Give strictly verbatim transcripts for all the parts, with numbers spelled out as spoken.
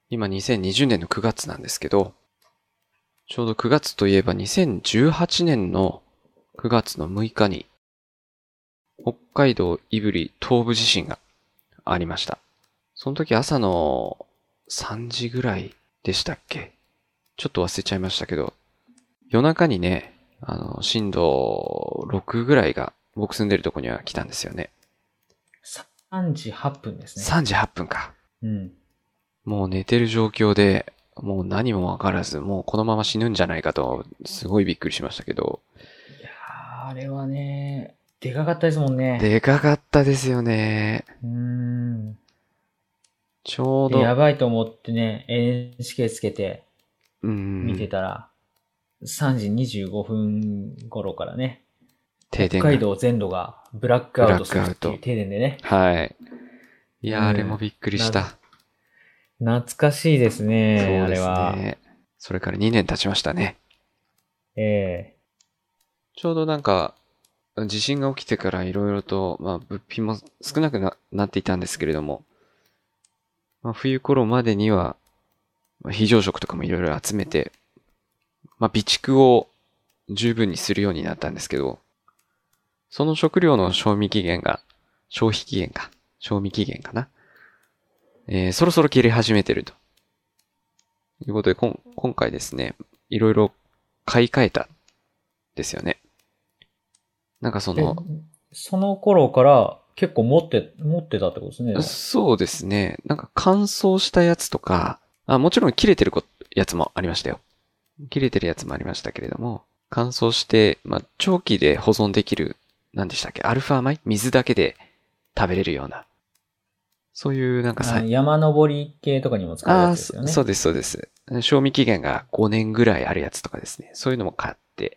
今にせんにじゅうねんのくがつなんですけど、ちょうどくがつといえばにせんじゅうはちねんのくがつのむいかに、北海道胆振東部地震がありました。その時朝のさんじぐらいでしたっけ？ちょっと忘れちゃいましたけど、夜中にね、あの、震度ろくぐらいが僕住んでるとこには来たんですよね。 さんじはっぷんですね。 さんじはっぷんか。 うん。 もう寝てる状況で、もう何もわからず、もうこのまま死ぬんじゃないかと、すごいびっくりしましたけど。 いやー、あれはね、でかかったですもんね。 でかかったですよね。 うーん。 ちょうで、やど、 ばいと思ってね、エヌエイチケー つけてうー見てん、 たら、さんじにじゅうごふん頃からね、北停電が、 海道全土がブラックブラッアウトするクアウト。 っていう停電でね。 はい。いやー、あれもうん。 びっくりしな、 た。 懐かしいですね、あそうですれは。 ね。それからにねん経ちましたね。 ええちょうどなんか、地震が起きてからいろいろと、まあ、物品も少なくななっていたんですけれども、まあ、冬頃までには、まあ非常食とかもいろいろ集めて、まあ、備蓄を十分にするようになったんですけど、その食料の賞味期限が、消費期限か、賞味期限かな。えー、そろそろ切れ始めてるということで、こん今回ですね、いろいろ買い替えたですよね。なんかそえ、 の、 その頃から結構持って、持ってたってことですね、でも。 そうですね、なんか乾燥したやつとか、あ、もちろん切れてるこやつもありましたよ。切れてるやつもありましたけれども、乾燥して、まあ、長期で保存できる、何でしたっけ、アルファ米水だけで食べれるような、そういうなんかさ、 あの、山登り系とかにも使うやああ、 つですよね。 そそうです、そうです。賞味期限がごねんぐらいあるやつとかですね。そういうのも買って、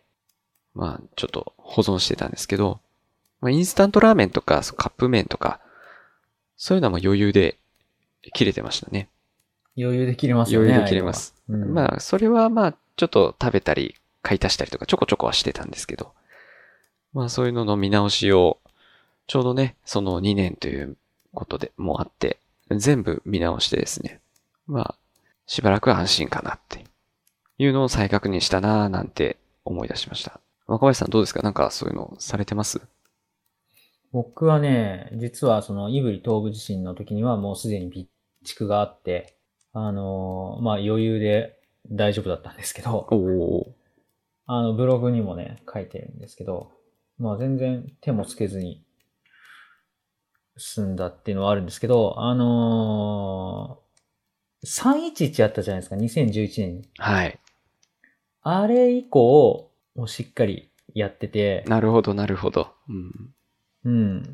まあ、ちょっと保存してたんですけど、まあ、インスタントラーメンとか、そうカップ麺とか、そういうのも余裕で切れてましたね。 余裕で切れますよね、 余裕でああいうのは。 切れます。 うん。 まあ、それはまあ、ちょっと食べたり、買い足したりとか、ちょこちょこはしてたんですけど、まあ、そういうのの見直しを、ちょうどね、そのにねんということでもあって、全部見直してですね。まあ、しばらくは安心かなっていうのを再確認したなぁなんて思い出しました。若林さんどうですか？なんかそういうのされてます？ 僕はね、実はその胆振東部地震の時にはもうすでに備蓄があって、あのーまあ余裕で大丈夫だったんですけど、 おおあのブログにもね、書いてるんですけど、まあ全然手もつけずに済んだっていうのはあるんですけど、あのー、さんいちいちあったじゃないですか、にせんじゅういちねんに。 ー。はい。 あれ以降、もうしっかりやってて、 なるほど、なるほど。うん。 うん。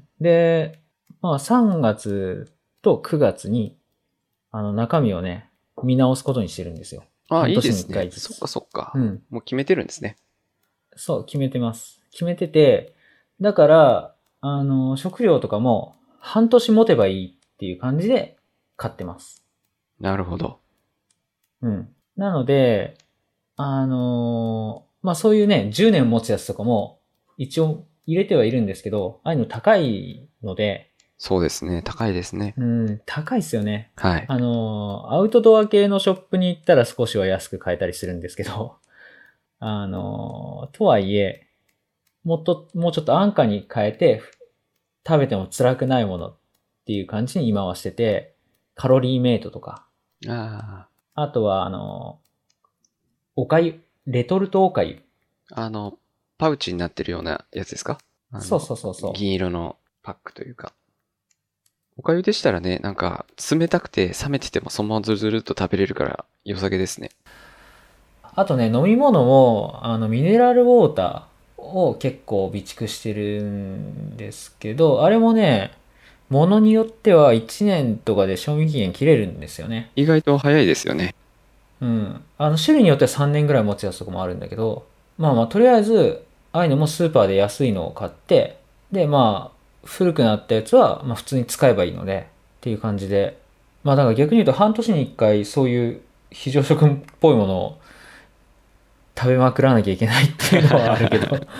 で、まあさんがつとくがつに、あの中身をね、見直すことにしてるんですよ。 ああ、いいで半年に1 すね。 回ずつ。 そっかそっか。 うん。 もう決めてるんですね。 そう、決めてます。決めてて、だから、あの、食料とかも半年持てばいいっていう感じで買ってます。 なるほど。 うん。なので、あのまあそういうね、じゅうねん持つやつとかも一応入れてはいるんですけど、ああいうの高いので、 そうですね。高いですね。 うん、高いっすよね。 はい。 あの、アウトドア系のショップに行ったら少しは安く買えたりするんですけど、あの、とはいえ、もっと、もうちょっと安価に変えて、食べても辛くないものっていう感じに今はしてて、カロリーメイトとか、 ああとは、あの、おかゆ、レトルトおかゆ。 あ、あの、パウチになってるようなやつですか？あそうの、 そうそうそ銀色のパックというか。お粥でしたらね、なんか、冷たくて冷めててもそのままずるずるっと食べれるから良さげですね。 う。あとね、飲み物も、あの、ミネラルウォーターを結構備蓄してるんですけど、あれもね、ものによってはいちねんとかで賞味期限切れるんですよね。 意外と早いですよね。 うん。あの、種類によってはさんねんぐらい持つやつとかもあるんだけど、まあまあ、とりあえず、ああいうのもスーパーで安いのを買って、で、まあ、古くなったやつは、まあ普通に使えばいいので、っていう感じで。まあだから逆に言うと半年に一回そういう非常食っぽいものを食べまくらなきゃいけないっていうのはあるけど。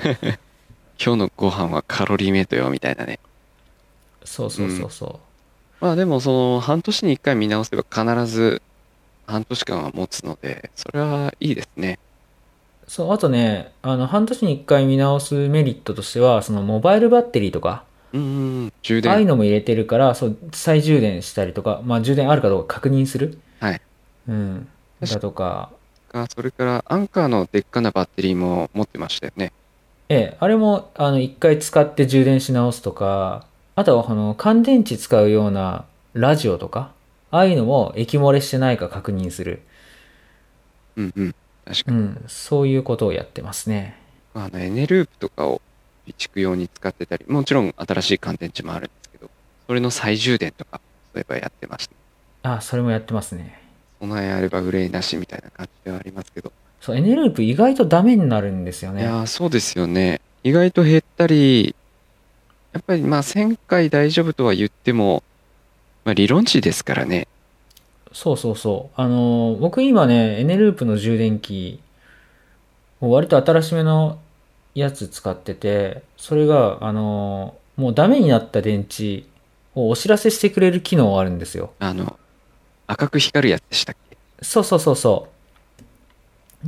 今日のご飯はカロリーメイトよ、みたいなね。 そうそうそうん。 うそう。 まあでもその半年に一回見直せば必ず半年間は持つので、それはいいですね。 そう、あとね、あの、半年に一回見直すメリットとしては、そのモバイルバッテリーとか、 うんうんうん、充ああい電。 うのも入れてるから、そう、再充電したりとか、まあ充電あるかどうか確認する。 はい。 うん。だ確とか、 か、それからアンカーのでっかなバッテリーも持ってましたよね。 ええ、あれも、あの、一回使って充電し直すとか、あとは、この、乾電池使うようなラジオとか、ああいうのも液漏れしてないか確認する。 うんうん。確かに。 うん、そういうことをやってますね。 あの、エネループとかを備蓄用に使ってたり、もちろん新しい乾電池もあるんですけど、それの再充電とか、そういえばやってました。 あ、それもやってますね。 備えあれば憂いなしみたいな感じではありますけど。 そう、エネループ意外とダメになるんですよね。 いやー、そうですよね。意外と減ったり、やっぱりまあせんかい大丈夫とは言っても、まあ理論値ですからね。 そうそうそう。あの、僕今ね、エネループの充電器、もう割と新しめのやつ使ってて、それが、あの、もうダメになった電池をお知らせしてくれる機能があるんですよ。 あの、赤く光るやつでしたっけ？ そうそうそうそう。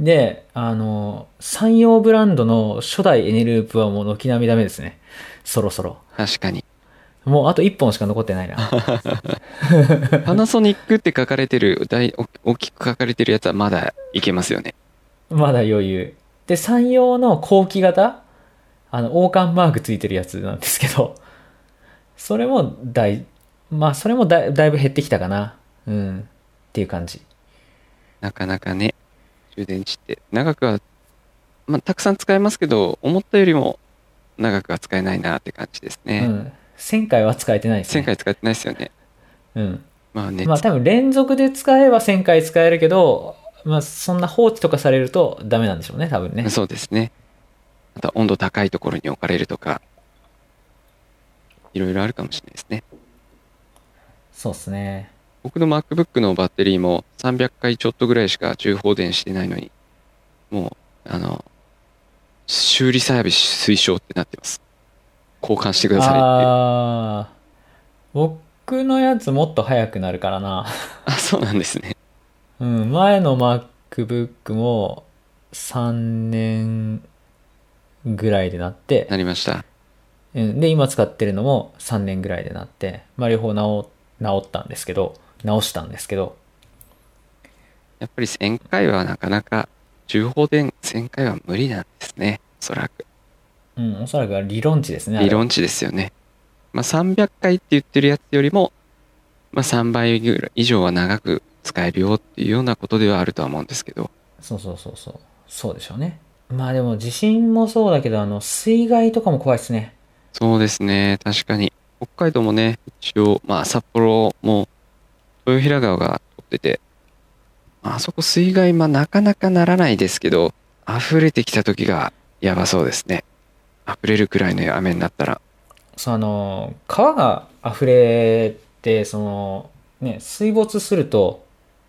で、あの、山陽ブランドの初代エネループはもう軒並みダメですね。そろそろ。 確かに。 もうあといっぽんしか残ってないな。 パナソニックって書かれてる、大、大きく書かれてるやつはまだいけますよね。 まだ余裕。で、山陽の後期型、あの、王冠マークついてるやつなんですけど、それもだい、まあ、それもだいだいぶ減ってきたかな。うん。っていう感じ。 なかなかね、充電池って長くは、まあ、たくさん使えますけど、思ったよりも長くは使えないなって感じですね。 うん。せんかいは使えてないです 1000 ね。 回使ってないですよね。 うん。 まあ熱、 まあ多分連続で使えばせんかい使えるけど、まあそんな放置とかされるとダメなんでしょうね、多分ね。 そうですね。また温度高いところに置かれるとか、いろいろあるかもしれないですね。 そうっすね。 僕の MacBook のバッテリーもさんびゃっかいちょっとぐらいしか充放電してないのに、もう、あの、修理サービス推奨ってなってます。交換してくださいっていう。 あー、僕のやつもっと早くなるからな。 あ、そうなんですね。 うん、前の MacBook もさんねんぐらいでなって、 なりました。 うん、で、今使ってるのもさんねんぐらいでなって、まあ両方直、直ったんですけど、直したんですけど、 やっぱりせんかいはなかなか、充放電せんかいは無理なんですね。おそらく。 うん、おそらくは理論値ですね、あれは。 理論値ですよね。まあさんびゃっかいって言ってるやつよりも、まあさんばいぐらい以上は長く使えるよっていうようなことではあるとは思うんですけど。 そうそうそうそう。そうでしょうね。まあでも地震もそうだけど、あの、水害とかも怖いですね。 そうですね。確かに。北海道もね、一応、まあ札幌も豊平川が通ってて、あそこ水害、まあなかなかならないですけど、溢れてきた時がやばそうですね。溢れるくらいの雨になったら。 その、川が溢れて、その、ね、水没すると、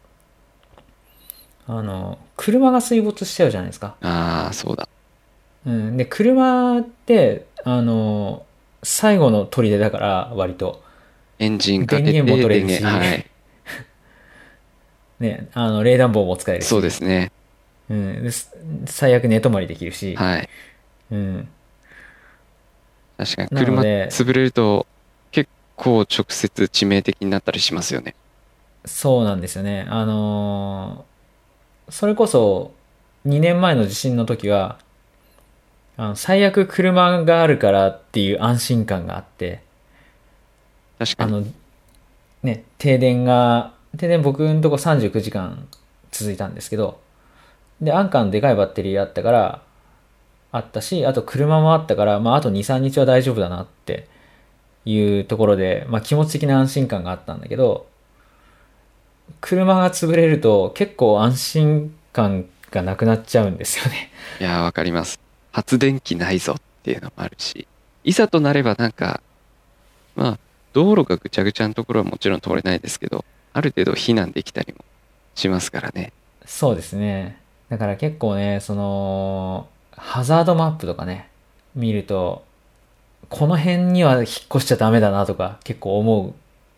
あの、車が水没しちゃうじゃないですか。 ああ、そうだ。 うん。で、車って、あの、最後の砦だから、割と。 エンジンか電けて、 源も取れ電源、 るし、 はい。 ね、あの、冷暖房も使えるそうでし、 すね。 うん。です最悪寝泊まりできるし、 はい。 うん。 確かになの車で、 潰れると結構直接致命的になったりしますよね。 そうなんですよね。あのーそれこそ、にねんまえの地震の時は、あの、最悪車があるからっていう安心感があって、 確かに。 あの、ね、停電が、停電僕んとこさんじゅうくじかん続いたんですけど、で、アンカーのでかいバッテリーあったから、あったし、あと車もあったから、まああとに、さんにちは大丈夫だなっていうところで、まあ気持ち的な安心感があったんだけど、車が潰れると結構安心感がなくなっちゃうんですよね。 いやー、わかります。発電機ないぞっていうのもあるし、いざとなればなんか、まあ、道路がぐちゃぐちゃのところはもちろん通れないですけど、ある程度避難できたりもしますからね。 そうですね。だから結構ね、その、ハザードマップとかね、見ると、この辺には引っ越しちゃダメだなとか結構思う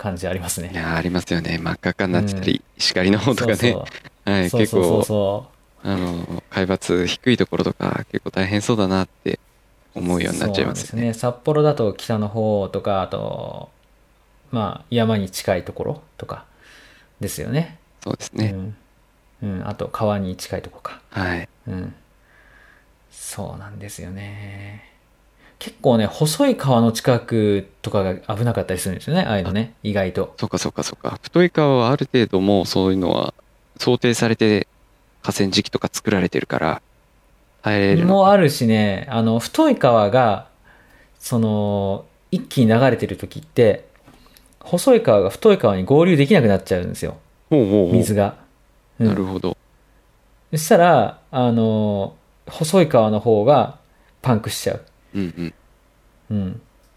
感じありますね。 いやー、ありますよね。真っ赤っかになってたり、石狩の方とかね。 そうそはい、 う。そう結そうそう構、 そあの、海抜低いところとか結構大変そうだなってう。 思うようになっちゃいそうなますよね。 んですね。札幌だと北の方とか、あと、まあ、山に近いところとかですよね。 そうですね。 うん。うん。あと、川に近いところか。 はい。 うん。そうなんですよね。結構ね、細い川の近くとかが危なかったりするんですよね。ああいうのあ、 ね。意外と。 そっかそっかそっか。太い川はある程度もうそういうのは想定されて河川敷とか作られてるから耐えれるのか。 もあるしね、あの、太い川が、その、一気に流れてる時って、細い川が太い川に合流できなくなっちゃうんですよ。 ほうほうほう。 水が。うん。 なるほど。 そしたら、あの、細い川の方がパンクしちゃう。 うんうん。 うん。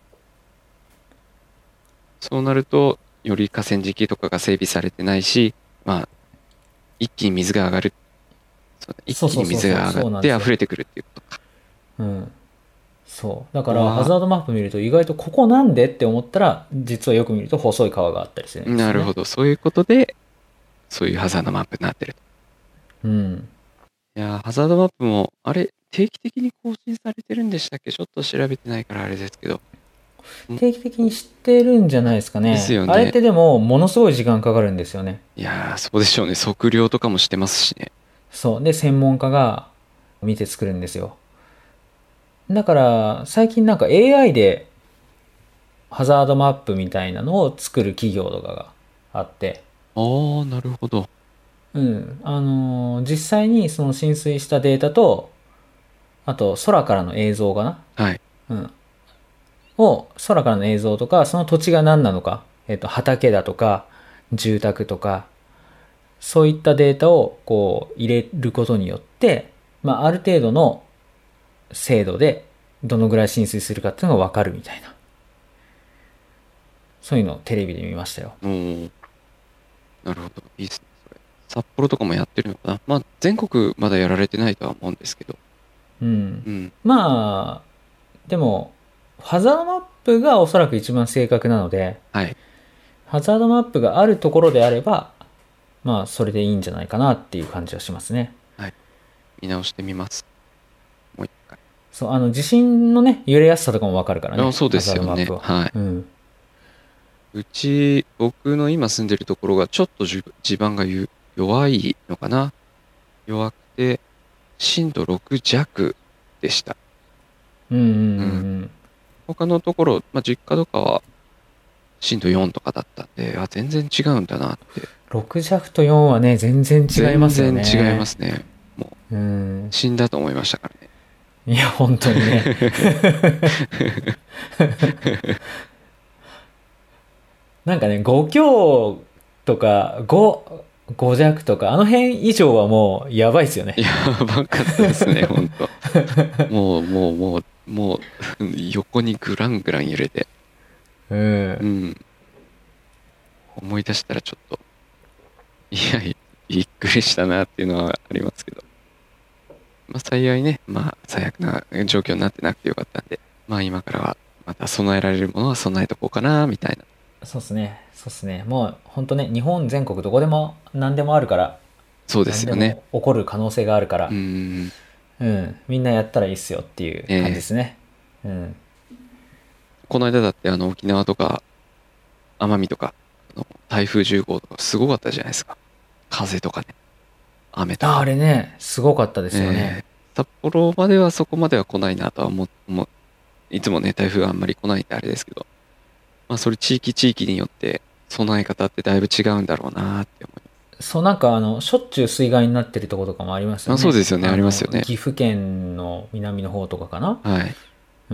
そうなると、より河川敷とかが整備されてないし、まあ、一気に水が上がる。そうだ一そう気にそうそうそう、 水が上がっそうなんですよ。 て溢れてくるっていうことか。 うん。そう。だここから、ハは、 ザードマップ見ると意外とここなんでって思ったら、実はよく見ると細い川があったりするんですよね。 なるほど。そういうことで、そういうハザードマップになってると。 うん。 いやー、ハザードマップも、あれ、定期的に更新されてるんでしたっけ？ちょっと調べてないからあれですけど。ん定期的に知ってるんじゃないですかですね。 よね。 あれってでも、ものすごい時間かかるんですよね。 いやー、そうでしょうね。測量とかもしてますしね。 そう。で、専門家が見て作るんですよ。だから、最近なんか エーアイ でハザードマップみたいなのを作る企業とかがあって、 あー、なるほど。 うん。あのー実際にその浸水したデータと、あと空からの映像かな。 はい。 うん。を、空からの映像とか、その土地が何なのか、えっと、畑だとか、住宅とか、そういったデータをこう入れることによって、まあ、ある程度の精度でどのぐらい浸水するかっていうのがわかるみたいな。そういうのをテレビで見ましたよ。 おー、なるほど。いいですね。それ。札幌とかもやってるのかな。まあ、全国まだやられてないとは思うんですけど。 うん。 うん。 まあ、でも、ハザードマップがおそらく一番正確なので、 はい。 ハザードマップがあるところであれば、まあ、それでいいんじゃないかなっていう感じはしますね。 はい。見直してみます。もう一回。 そう、あの、地震のね、揺れやすさとかもわかるからあ、 ね。 そうでハザーすよね。 ドマップは。 はい。 うん。 うち、僕の今住んでるところがちょっとじゅ地盤がゆ弱いのかな。弱くて、震度ろく弱でした。 うんうんうんううん。 ん。 他のところ、まあ、実家とかは震度よんとかだったんで、あ、全然違うんだなって。 ろく弱とよんはね、全然違いますよ全然違いまね。 すね。もうう、 ん。 死んだと思いましたからね。 いや、本当にね。なんかね、ご強とかご、ご弱とか、あの辺以上はもうやばいですよね。 やばかったですね、ほんと。もう、もう、もう、もう、横にグラングラン揺れて。 うん。 うん。思い出したらちょっと、いや、びっくりしたなっていうのはありますけど。まあ、幸いね、まあ、最悪な状況になってなくてよかったんで、まあ、今からは、また備えられるものは備えとこうかな、みたいな。 そうっすね。そうっすね。もう本当ね、日本全国どこでも何でもあるから、 そうです何でよね。 も起こる可能性があるかうら、 ん。 うん、みんなやったらいいっすよっていうええ、 感じですね。うん。 この間だってあの沖縄とか奄美とか、あの台風じゅうごうとかすごかったじゃないですか。風とかね、雨とああか。 れね、すごかったですよね。 ええ、札幌まではそこまでは来ないなとは思う、思ういつもね、台風があんまり来ないんであれですけど、まあそれ地域地域によって備え方ってだいぶ違うんだろうなって思いそう、なんかあの、しょっちゅう水害になってるところとかもありますよます。あ、そうね。 ですよね、ああの、 りますよね。 岐阜県の南の方とかかな。 はい。 うん。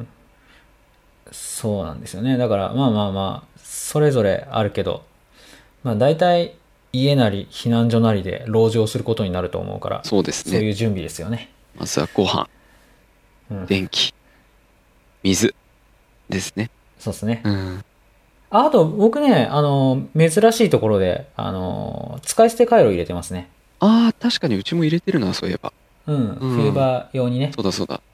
そうなんですよね。だから、まあまあまあ、それぞれあるけど、まあ大体、家なり避難所なりで籠城することになると思うから、 そうですね。 そういう準備ですよね。 まずはご飯、 うん。 電気、水ですね。 そうですね。 うん。 ああと、僕ね、あの、珍しいところで、あの、使い捨てカイロ入れてますね。 ああ、確かにうちも入れてるな、そういえば。 うん。 うん。 冬場用にね。 そうだそうだ。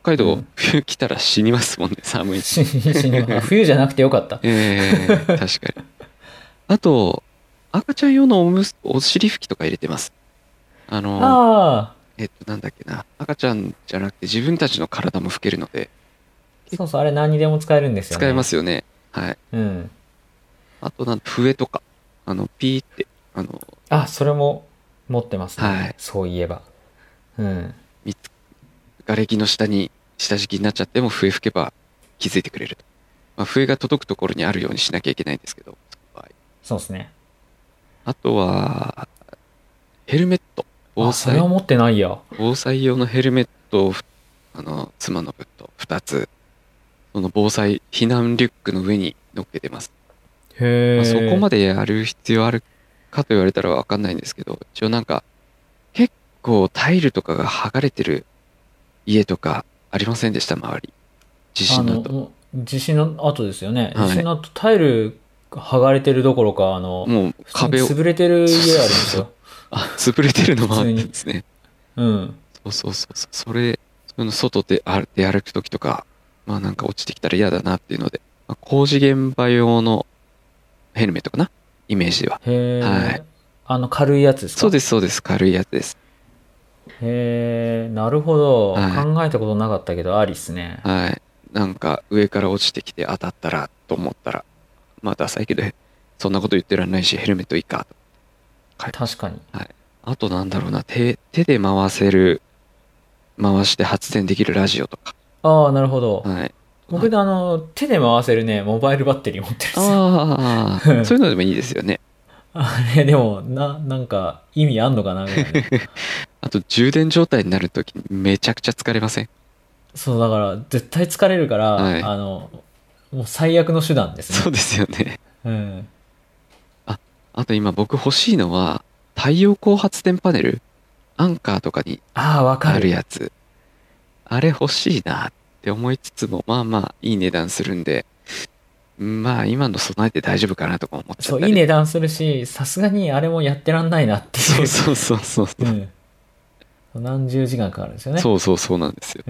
海道、 うん冬来たら死にますもんね、寒い。 死死にあ冬じゃなくてよかった。 ええ確かに。あと、赤ちゃん用のおむす、お尻拭きとか入れてます。あの、 ああ、 えっと、なんだっけな。赤ちゃんじゃなくて自分たちの体も拭けるので、 そうそう、あれ何にでも使えるんですよね。 使えますよね。はい。 うん。 あと、なん笛とか、あの、ピーって、あの、 あ、それも持ってますね。 はいそういえば。うん。 みつ瓦礫の下に、下敷きになっちゃっても笛吹けば気づいてくれると。まあ、笛が届くところにあるようにしなきゃいけないんですけど、その場合。 そうですね。 あとは、ヘルメット。防あ、それは災、 持ってないや。 防災用のヘルメットをふ、あの、妻の分とふたつ、その防災避難リュックの上に乗っけてます。まあ、そこまへえ。 でやる必要あるかと言われたらわかんないんですけど、一応なんか、結構タイルとかが剥がれてる家とかありませんでした、周り。地あの、 震の後。 もう地震の後ですよね。地はい。 震の後タイル剥がれてるどころか、あの、 もう普通に壁を、 潰れてるそうそう家ありまそうそう。 すよ。 あ、潰れてるのもあったん普通に。 ですね。 うん。 そうそうそうそう。それ、その外で歩出歩くときとか、まあなんか落ちてきたら嫌だなっていうので、まあ、工事現場用のヘルメットかなイメージでは。はい。 へえ。あの軽いやつですか？ そうです、そうです。軽いやつです。 へえ、なるほど。 はい。 考えたことなかったけど、ありっすね。 はい。なんか上から落ちてきて当たったらと思ったら、まあダサいけど、そんなこと言ってらんないし、ヘルメットいいかと。はい。 確かに。 はい。あとなんだろうな、手、手で回せる、回して発電できるラジオとか。 ああ、なるほど。 はい。 僕であの、手で回せるね、モバイルバッテリー持ってるんですよ。 ああ、そういうのでもいいですよね。 あれ、でも、な、なんか、意味あんのかなぐらいの。 あと充電状態になるときめちゃくちゃ疲れません？ そう、だから、絶対疲れるから、 はい。 あの、もう最悪の手段ですね。 そうですよね。 うん。 あ、あと今僕欲しいのは、太陽光発電パネルアンカーとかにああ、わかあるる。 やつ。あれ欲しいなって思いつつも、まあまあいい値段するんで、まあ今の備えて大丈夫かなとか思っちゃっそう、 たり。 いい値段するし、さすがにあれもやってらんないなっていう。 そうそうそうそうそう。 うん。何十時間かかるんですよね。 そうそうそうなんですよ。 うん。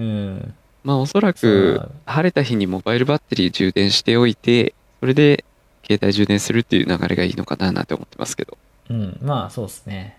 まあおそらくそう晴れた日にモバイルバッテリー充電しておいて、それで携帯充電するっていう流れがいいのかななんて思ってますけど。 うん。まあ、そうですね。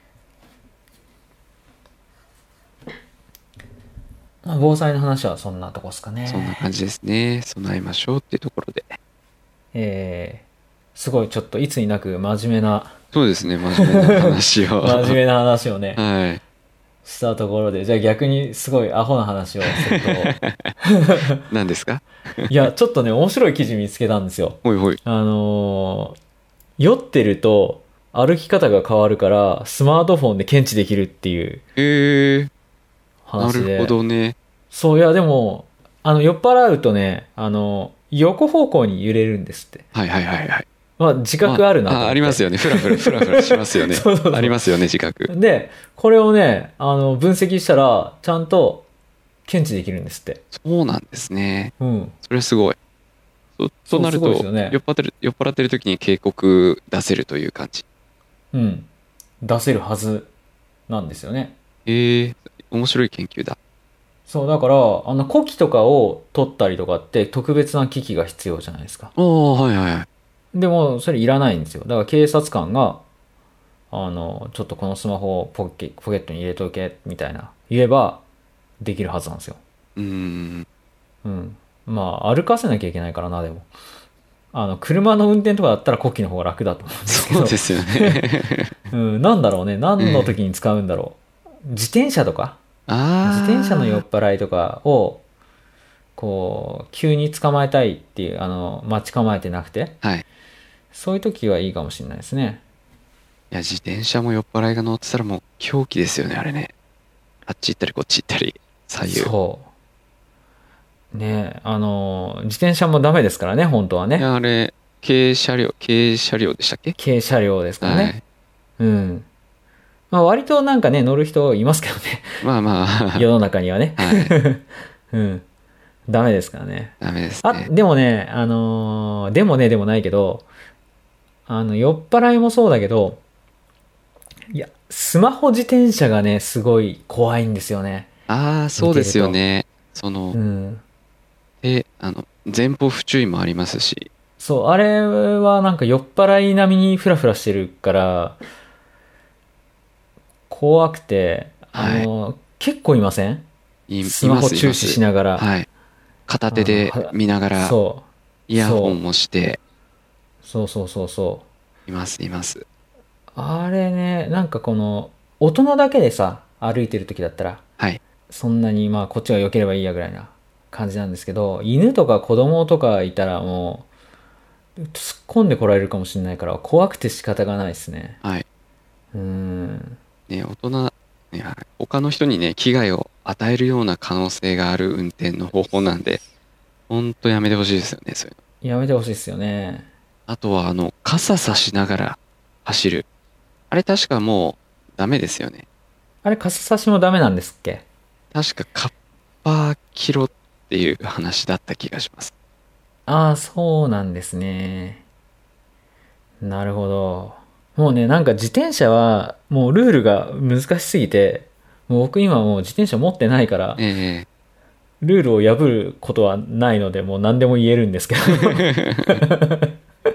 まあ、防災の話はそんなとこですかそんなね。 感じですね。備えましょうっていうところで。 えー、すごいちょっといつになく真面目な、 そうですね、真面目な話を。 真面目な話をね、 はい。 したところで、じゃあ逆にすごいアホな話をすると、 何ですか？ いや、ちょっとね、面白い記事見つけたんですよ。 ほいほい。 あのー酔ってると歩き方が変わるからスマートフォンで検知できるっていうえー、な話で。 るほどね。 そう、いや、でも、あの、酔っ払うとね、あの、横方向に揺れるんですって。 はいはいはいはい。 まあ、自覚あるなとまあ、あ、 思って。 ありますよね。ふらふら、ふらふらしますよね。 そうそうそうありますよね、自覚。 で、これをね、あの、分析したら、ちゃんと検知できるんですって。 そうなんですね。 うん。 それすごい。そとそうなると、 すごいですよね酔っ払ってる、酔っ払ってる時に警告出せるという感じ。 うん。出せるはずなんですよね。 ええ面白い研究だ。 そう、だから、あの、呼気とかを取ったりとかって特別な機器が必要じゃないですか。 ああ、はいはいはい。 でも、それいらないんですよ。だから警察官が、あの、ちょっとこのスマホをポケ、ポケットに入れとけ、みたいな、言えば、できるはずなんですよ。 うーん。 うん。まあ、歩かせなきゃいけないからな、でも。あの、車の運転とかだったら呼気の方が楽だと思うんですけど。 そうですよね。 うん、なんだろうね。何の時に使うんだろう。自転車とか自ああ。 転車の酔っ払いとかを、こう、急に捕まえたいっていう、あの、待ち構えてなくて、 はい。いそういう時はいいかもしれないですね。 や、自転車も酔っ払いが乗ってたらもう狂気ですよね、あれね。あっち行ったりこっち行ったり、左右。 そう。ねえ、あの、自転車もダメですからね、本当はいね。 や、あれ、軽車両、軽車両でしたっけ？ 軽車両ですからね。 はい。 うん。まあ割となんかね、乗る人いますけどね。 まあまあ、 世の中にはね。 はい。 うん。ダメですからね。 ダメですあ、 ね。 でもね、あのーでもね、でもないけど、あの、酔っ払いもそうだけど、いや、スマホ自転車がね、すごい怖いんですよね。 ああ、そうです見てると。 よね。 その、 うん。 で、あの、前方不注意もありますし、 そう、あれはなんか酔っ払い並みにフラフラしてるから、怖くて、あはい。 の、結構いません？ い、 スいます、いマホ注視ます。 しながら。 はい。片手あの、 では、 見ながら、 そう、 イヤホンそもして、 う、そうそうそうそう。 います、います。 あれね、なんかこの、大人だけでさ、歩いてる時だったら、 はい。 そんなにまあこっちが良ければいいやぐらいな感じなんですけど、犬とか子供とかいたらもう、突っ込んでこられるかもしれないから、怖くて仕方がないですね。 はい。 うーん。 ね、大人、ね、はい他の人にね、危害を与えるような可能性がある運転の方法なんで、ほんとやめてほしいですよね、そういうの。 やめてほしいですよね。 あとは、あの、傘さしながら走る。あれ確かもうダメですよね。 あれ、傘差しもダメなんですっけ？ 確かカッパーキロっていう話だった気がします。 ああ、そうなんですね。なるほど。もうね、なんか自転車は、もうルールが難しすぎて、もう僕今もう自転車持ってないから、 えルールを破ることはないので、もう何でも言えるんですけど。 え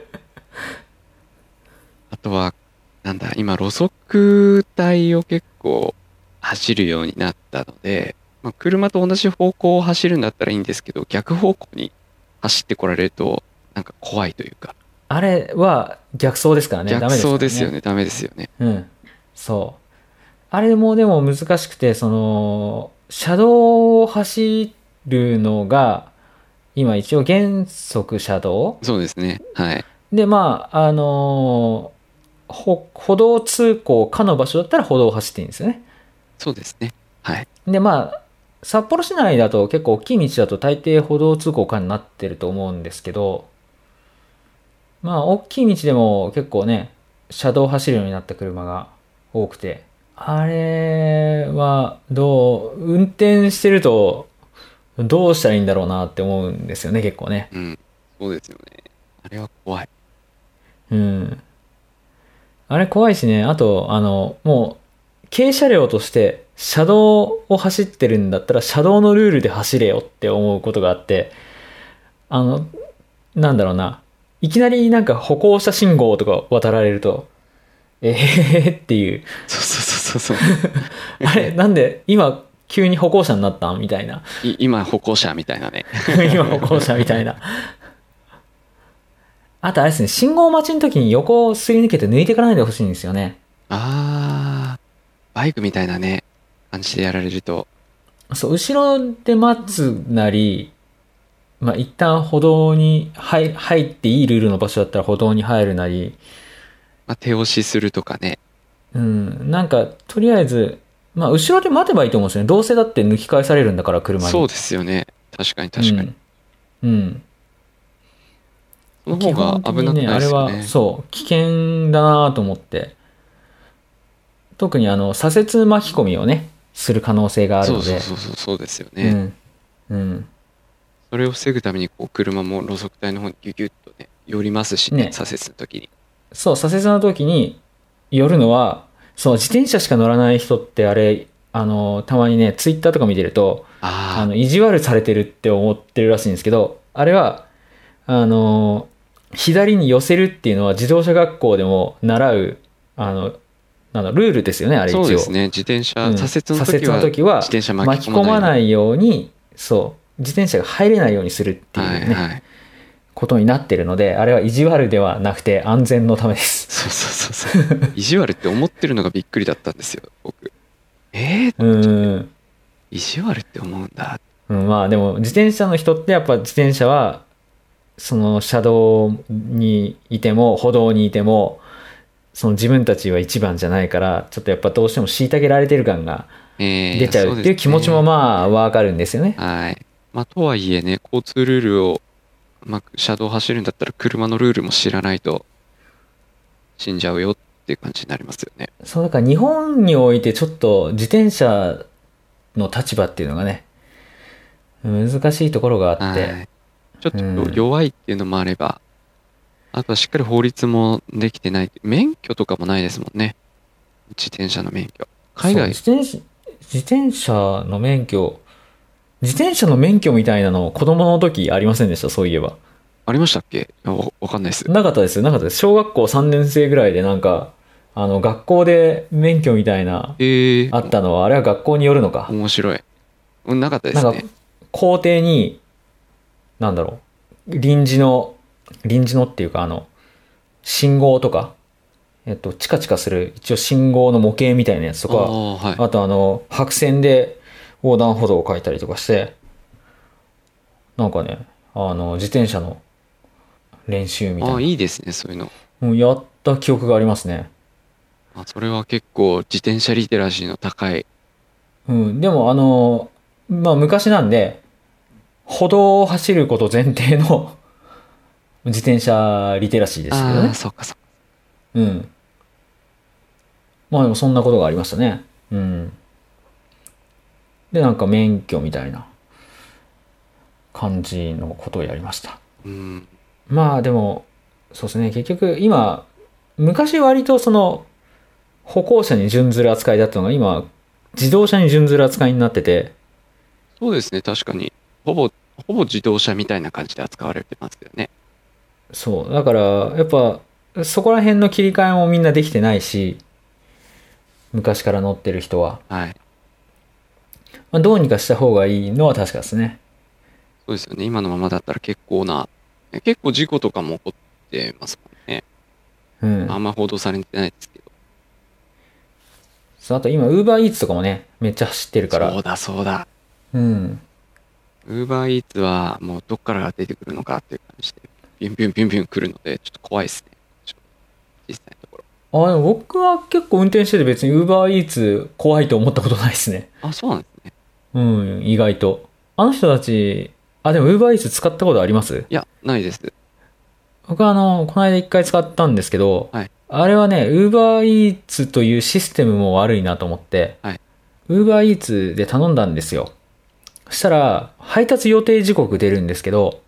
あとは、なんだ、今、路側帯を結構走るようになったので、まあ、車と同じ方向を走るんだったらいいんですけど、逆方向に走ってこられると、なんか怖いというか、 あれは逆走ですからね。ダ逆メですからね。 走ですよね、ダメですよね。 うん。そう。あれもでも難しくて、その、車道を走るのが、今一応原則車道そうですね。はい。 で、まあ、あの歩、歩道通行可の場所だったら歩道を走っていいんですよね。 そうですね。はい。 で、まあ、札幌市内だと結構大きい道だと大抵歩道通行可になってると思うんですけど、まあ、大きい道でも結構ね、車道を走るようになった車が多くて、あれは、どう、運転してると、どうしたらいいんだろうなって思うんですよね、結構ね。 うん。そうですよね。あれは怖い。 うん。あれ怖いしね、あと、あの、もう、軽車両として、車道を走ってるんだったら、車道のルールで走れよって思うことがあって、あの、なんだろうな、いきなりなんか歩行者信号とか渡られると、えへへっていう、 そうそうそうそうそう。 あれ、なんで今急に歩行者になったんみたいな。 い今、歩行者みたいなね。 今歩行者みたいな。あとあれですね、信号待ちの時に横をすり抜けて抜いていかないでほしいんですよね。 あー、バイクみたいなね、感じでやられると、 そう、後ろで待つなり、まあ、一旦歩道に入入っていいルールの場所だったら歩道に入るなり、 まあ、手押しするとかね。 うん、なんか、とりあえず、まあ、後ろで待てばいいと思うんですよね。どうせだって抜き返されるんだから、車に。 そうですよね。確かに確かに。 うん。うん。 その方基が本的にね、 危なくないであれは、 すよね。 そう、危険だなと思って。特にあの、左折巻き込みをね、する可能性があるそうので。 そうそうそう、そうですよね。 うん。うん。 それを防ぐために、こう、車も路側帯の方にギュギュッとね、寄りますしね、 ね。 左折の時に。 そう、左折の時に寄るのは、そう、自転車しか乗らない人ってあれ、あの、たまにね、ツイッターとか見てると、ああの、意地悪されてるって思ってるらしいんですけど、あれは、あの、左に寄せるっていうのは自動車学校でも習う、あの、なんだ、ルールですよね、ああ、 れ一応。 そうですね。自転車、 うん。 左折の左折の時は、 時は自転車巻き巻き込まないように。 込まないように、そう、自転車が入れないようにするっていうね、 はいはい。 ことになってるので、あれは意地悪ではなくて安全のためです。 そうそうそうそう。意地悪って思ってるのがびっくりだったんですよ、僕。えー、 うーん。 意地悪って思うんだ。 うん、まあでも自転車の人ってやっぱ自転車はその車道にいても歩道にいてもその自分たちは一番じゃないからちょっとやっぱどうしても虐げられてる感がえー、いや出ちゃうっていう気持ちもままあわかるんですよね。 はい。まあ、とはいえね、交通ルールを、まあ、車道を走るんだったら車のルールも知らないと死んじゃうよっていう感じになりますよね。 そうだから日本においてちょっと自転車の立場っていうのがね難しいところがあって、 はい。ちょっうとん、 弱いっていうのもあれば、あとはしっかり法律もできてない。免許とかもないですもんね。自転車の免許。海そう外、 自転車自転車の免許自転車の免許みたいなの子供の時ありませんでした？そういえば。 ありましたっけ？わ、わかんないです。 なかったですよ。なかったです。小学校さんねん生ぐらいでなんか、あの、学校で免許みたいな、 ええー、 あったのは、あれは学校によるのか。 面白い。うん、なかったでなんかすね。、 校庭に、なんだろう、臨時の、臨時のっていうか、あの、信号とか、えっと、チカチカする、一応信号の模型みたいなやつとか、 ああ、はい。 あとあの、白線で横断歩道を描いたりとかして、なんかね、あの、自転車の練習みたいああ、 な。 いいですね、そういうの。 もうやった記憶がありますね。 あ、それは結構自転車リテラシーの高い。 うん。でもあの、まあ昔なんで、歩道を走ること前提の自転車リテラシーでしたけどああ、 ね。 そうかそうか。 うん。まあでもそんなことがありましたね。うん。で、なんか免許みたいな感じのことをやりました。 うん。 まあでも、そうですね。結局今、昔割とその歩行者に準ずる扱いだったのが今、自動車に準ずる扱いになってて、 そうですね、確かに。ほぼ、ほぼ自動車みたいな感じで扱われてますけどね。 そう。だから、やっぱ、そこら辺の切り替えもみんなできてないし、昔から乗ってる人は。 はい。 まあ、どうにかした方がいいのは確かですね。 そうですよね。今のままだったら結構な、結構事故とかも起こってますもんね。 うん。 あんま報道されてないですけど。 そう、あと今、ウーバーイーツとかもね、めっちゃ走ってるから。 そうだそうだ。 うん。 ウーバーイーツはもうどっから出てくるのかっていう感じで、ビュンビュンビュンビュン来るので、ちょっと怖いですね。ちょ実際のところ。 あ、でも僕は結構運転してて別にウーバーイーツ怖いと思ったことないですね。 あ、そうなんですね。 うん、意外と。あの人たち、あ、でもウーバーイーツ使ったことあります？ いや、ないです。 僕はあの、この間一回使ったんですけど、 はい。 あれはね、ウーバーイーツというシステムも悪いなと思って、 はい。 ウーバーイーツで頼んだんですよ。そしたら、配達予定時刻出るんですけど、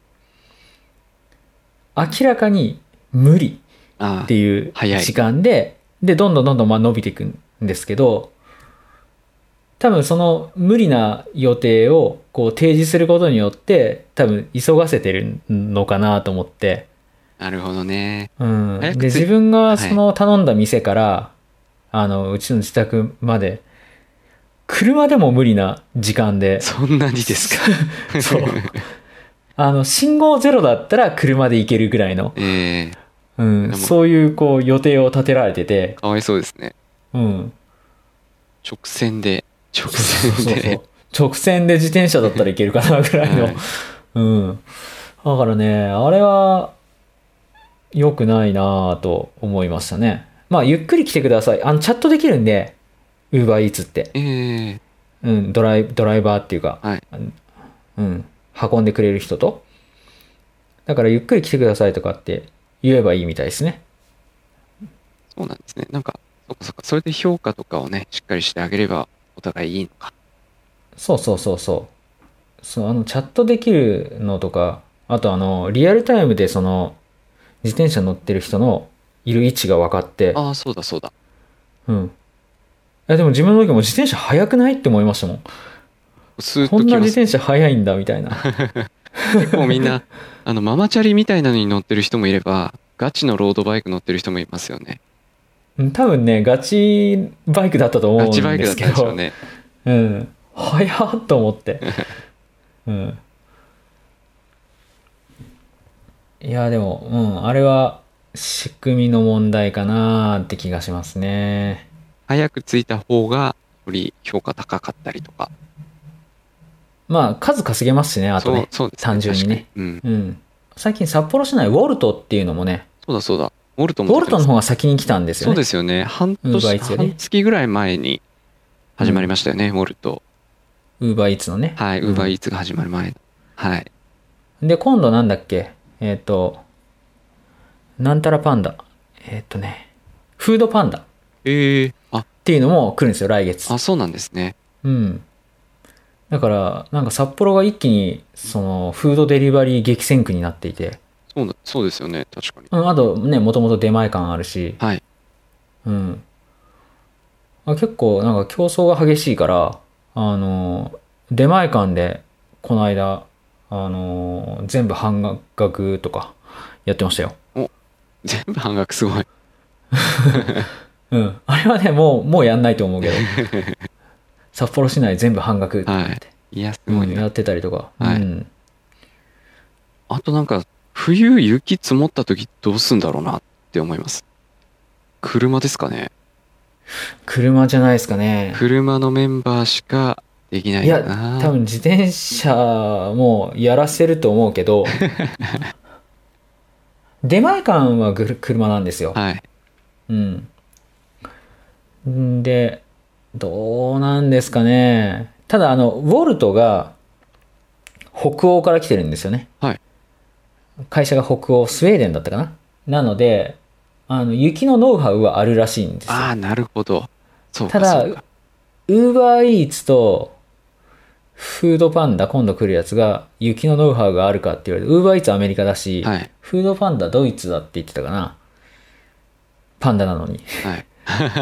明らかに無理ああ、 っていう早い。 時間で、で、どんどんどんどんまあ伸びていくんですけど、多分その無理な予定をこう提示することによって、多分急がせてるのかなと思って、 なるほどね。 うん。で、 早くつい自分がはい。 その頼んだ店から、あの、うちの自宅まで、車でも無理な時間で、 そんなにですか？ そう。あの、信号ゼロだったら車で行けるぐらいの、 ええ、 うん、 でもそういうこう予定を立てられてて、 かわいそうですね。 うん。 直線で、直そうそう線で。 そうそう。直線で自転車だったらいけるかなぐらいの、 はい。 うん。だからね、あれは良くないなぁと思いましたね。まあ、ゆっくり来てください。あの、チャットできるんで、ウーバーイーツって。 ええ、 うん、ドライ、ドライバーっていうか、 はい。 うん、運んでくれる人と。だからゆっくり来てくださいとかって言えばいいみたいですね。 そうなんですね。なんか、そっかそっか。それで評価とかをね、しっかりしてあげれば、お互いいいのか。 そうそうそうそう。そう、あの、チャットできるのとか、あとあの、リアルタイムでその、自転車乗ってる人のいる位置が分かって、 ああ、そうだそうだ。 うん。いや、でも自分の時も自転車速くないって思いましたもん。 スーッこんなときます。 自転車速いんだ、みたいな。 結構みんな、あの、ママチャリみたいなのに乗ってる人もいれば、ガチのロードバイク乗ってる人もいますよね。 うん多分ね、ガチバイクだったと思うガチバイクだっんですけど、 たんでしょうね。 うん。速っと思って。うん。いや、でも、うん、あれは仕組みの問題かなーって気がしますね。 早く着いた方が、より評価高かったりとか。 まあ、数稼げますしね、あとそう、 ね。 そうですね。 単純にね。 確かに。うん。 うん。最近札幌市内、ウォルトっていうのもね、 そうだそうだ。ウォルトウォルトのも出てます。 方が先に来たんですよそうね。 ですよね。半ウーバーイ年、 ーツよりね。 半月ぐらい前に始まりましたよね、ウォルト。 ウーバーイーツのね。 はい、ウーバーイーツが始まる前の。はい。 で、今度なんだっけえっ、と、なんたらパンダ。えっ、とね、フードパンダっええ、あ、 ていうのも来るんですよ、来月。 あ、そうなんですね。 うん。だから、なんか札幌が一気に、その、フードデリバリー激戦区になっていて、 そうだ、そうですよね。確かに。 うん、あとね、もともと出前感あるし、 はい。 うん。あ結構なんか競争が激しいから、あの、 出前館で、この間、あのー全部半額とかやってましたよ。 全部半額すごい。 うん。あれはね、もう、もうやんないと思うけど。札幌市内全部半額って、 はい。いや、すうん、 ごいな。 やってたりとか。 はいうん。 あとなんか、冬雪積もった時どうすんだろうなって思います。車ですかね。 車じゃないですかね。 車のメンバーしかできないのいや、 かな。 多分自転車もやらせると思うけど、出前館はぐる車なんですよ。 はい。 うん。んで、どうなんですかね。ただ、あの、ウォルトが北欧から来てるんですよね。 はい。 会社が北欧、スウェーデンだったかな。なので、あの、雪のノウハウはあるらしいんですよ。 ああ、なるほど。そうただ、ウかそうか。 ーバーイーツとフードパンダ今度来るやつが雪のノウハウがあるかって言われると、ウーバーイーツアメリカだし、 はい。 フードパンダドイツだって言ってたかな。パンダなのに。 はい。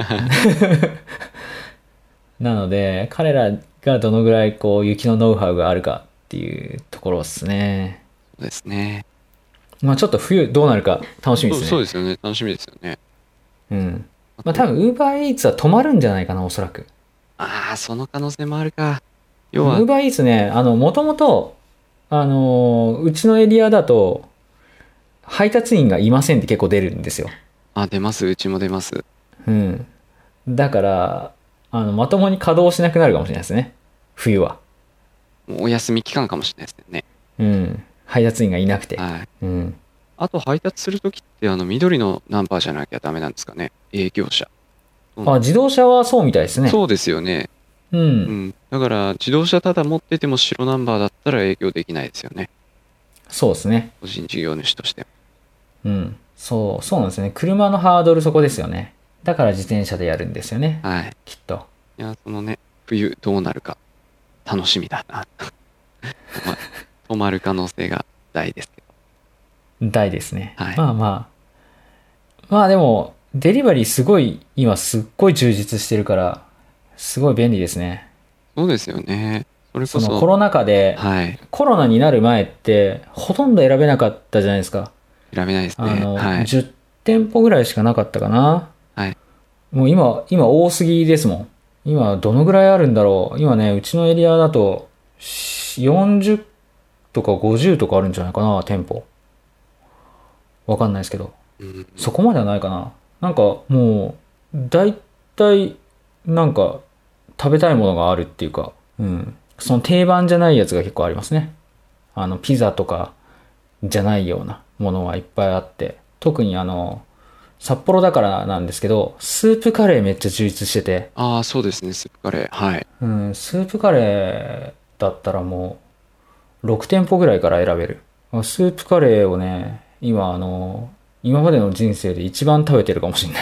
なので、彼らがどのぐらいこう雪のノウハウがあるかっていうところですね。 そうですね。 まあちょっと冬どうなるか楽しみでそう、 すね。 そうですよね。楽しみですよね。 うん。 あと、 まあ多分、ウーバーイーツは止まるんじゃないかな、おそらく。 ああ、その可能性もあるか。要は、 ウーバーイーツね、あの、もともと、あのー、うちのエリアだと、配達員がいませんって結構出るんですよ。 あ、出ます。うちも出ます。 うん。だから、あの、まともに稼働しなくなるかもしれないですね。冬は。 もうお休み期間かもしれないですね。 うん。配達員がいなくて。 はい。 うん。 あと配達するときって、あの、緑のナンバーじゃなきゃダメなんですかね。営業車。うんあ、自動車はそうみたいですね。 そうですよね。 う。 うんん。だから、自動車ただ持ってても白ナンバーだったら営業できないですよね。 そうですね。 個人事業主としても。 うん。そう、そうなんですね。車のハードルそこですよね。だから自転車でやるんですよね。 はい。 きっと。 いや、そのね、冬どうなるか楽しみだな。まあ、止まる可能性が大ですけ大ですね。 はいまあまあ。まあでも、デリバリーすごい、今すっごい充実してるから、すごい便利ですね。 ど。そうですよね。それこそ、 そのコロナ禍で、 はい。 コロナになる前って、ほとんど選べなかったじゃないですか。 選べないですね。 あの、 はい。 じゅってんぽぐらいしかなかったかな。 はい。 もう今、今多すぎですもん。今、どのぐらいあるんだろう。今ね、うちのエリアだと、しよんじゅうとかごじゅうとかあるんじゃないかな、店舗。わかんないですけど。 うん、 そこまではないかな。なんかもう、だいたい、なんか、食べたいものがあるっていうか、うん。その定番じゃないやつが結構ありますね。あの、ピザとかじゃないようなものはいっぱいあって、特にあの、札幌だからなんですけど、スープカレーめっちゃ充実してて、 ああ、そうですね。スープカレー。はい。 うん、スープカレーだったらもう、ろく店舗ぐらいから選べる。スープカレーをね、今あの、今までの人生で一番食べてるかもしれない。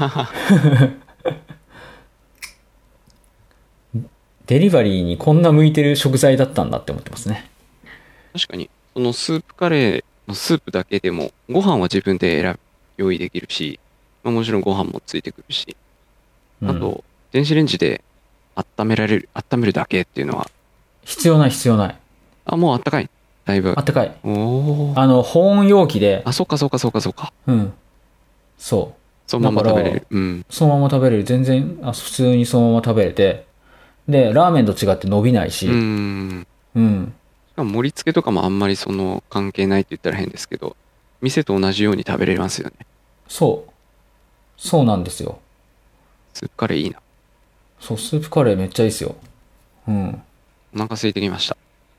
デリバリーにこんな向いてる食材だったんだって思ってますね。 確かに、そのスープカレーのスープだけでも、ご飯は自分で選び、用意できるし、まあ、もちろんご飯もついてくるし、 うん、 あと、電子レンジで温められる、温めるだけっていうのは、 必要ない必要ない。 あ、もうあったかい。だいぶ。 あったかい。 おー。 あの、保温容器で、 あ、そっかそっかそっかそっか。 うん。そう。 そのままだから食べれる。うん。 そのまま食べれる。全然、あ、普通にそのまま食べれて。で、ラーメンと違って伸びないし。 うーん。 うん。 しかも盛り付けとかもあんまりその関係ないって言ったら変ですけど、店と同じように食べれますよね。 そう。そうなんですよ。 スープカレーいいな。 そう、スープカレーめっちゃいいですよ。うん。 お腹空いてきました。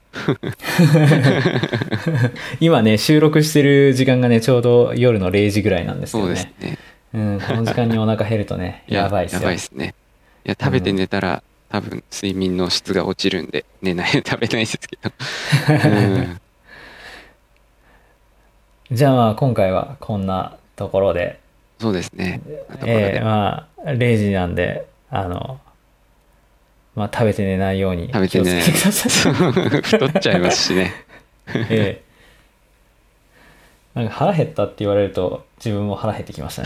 今ね、収録してる時間がね、ちょうど夜のれいじぐらいなんですけそうどね。 ですね。 うん、この時間にお腹減るとね、やばいっすよ。 やばいですね。いや、食べて寝たら、多分睡眠の質が落ちるんで、寝ない、食べないですけど。うん。 じゃあまあ今回はこんなところで、 そうですね。ところえでーまあ、れいじなんで、あの、まあ食べて寝ないように食べてね気をつけてください。 太っちゃいますしね。 ええなんか腹減ったって言われると自分も腹減ってきましたね。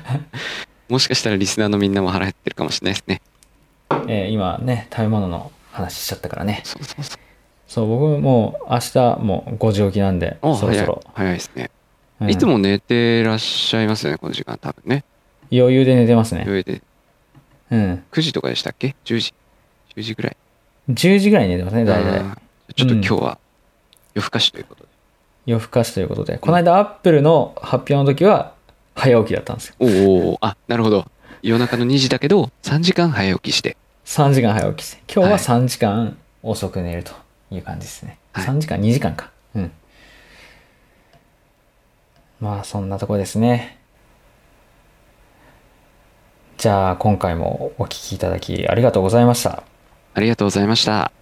もしかしたらリスナーのみんなも腹減ってるかもしれないですね。 ええ今ね、食べ物の話しちゃったからね。 そうそうそう。 そう、僕もう明日もうごじ起きなんで、 あ、早いそろそろ。。 早いですね。 うんいつも寝てらっしゃいますよね、この時間多分ね。 余裕で寝てますね。 余裕で。 うん。 くじとかでしたっけ ?じゅう 時。じゅうじぐらい。 じゅうじぐらいに寝てますね、大体。 あーちょっと今日は夜更かしということで。 夜更かしということで。この間アップルの発表の時は早起きだったんですよ。 おーおー、あ、なるほど。夜中のにじだけど、さんじかん早起きして。 さんじかん早起きして。今日ははいさんじかん遅く寝るという感じですね。 はいさんじかん、にじかんか。うん。まあそんなとこですね。じゃあ今回もお聞きいただきありがとうございました。 ありがとうございました。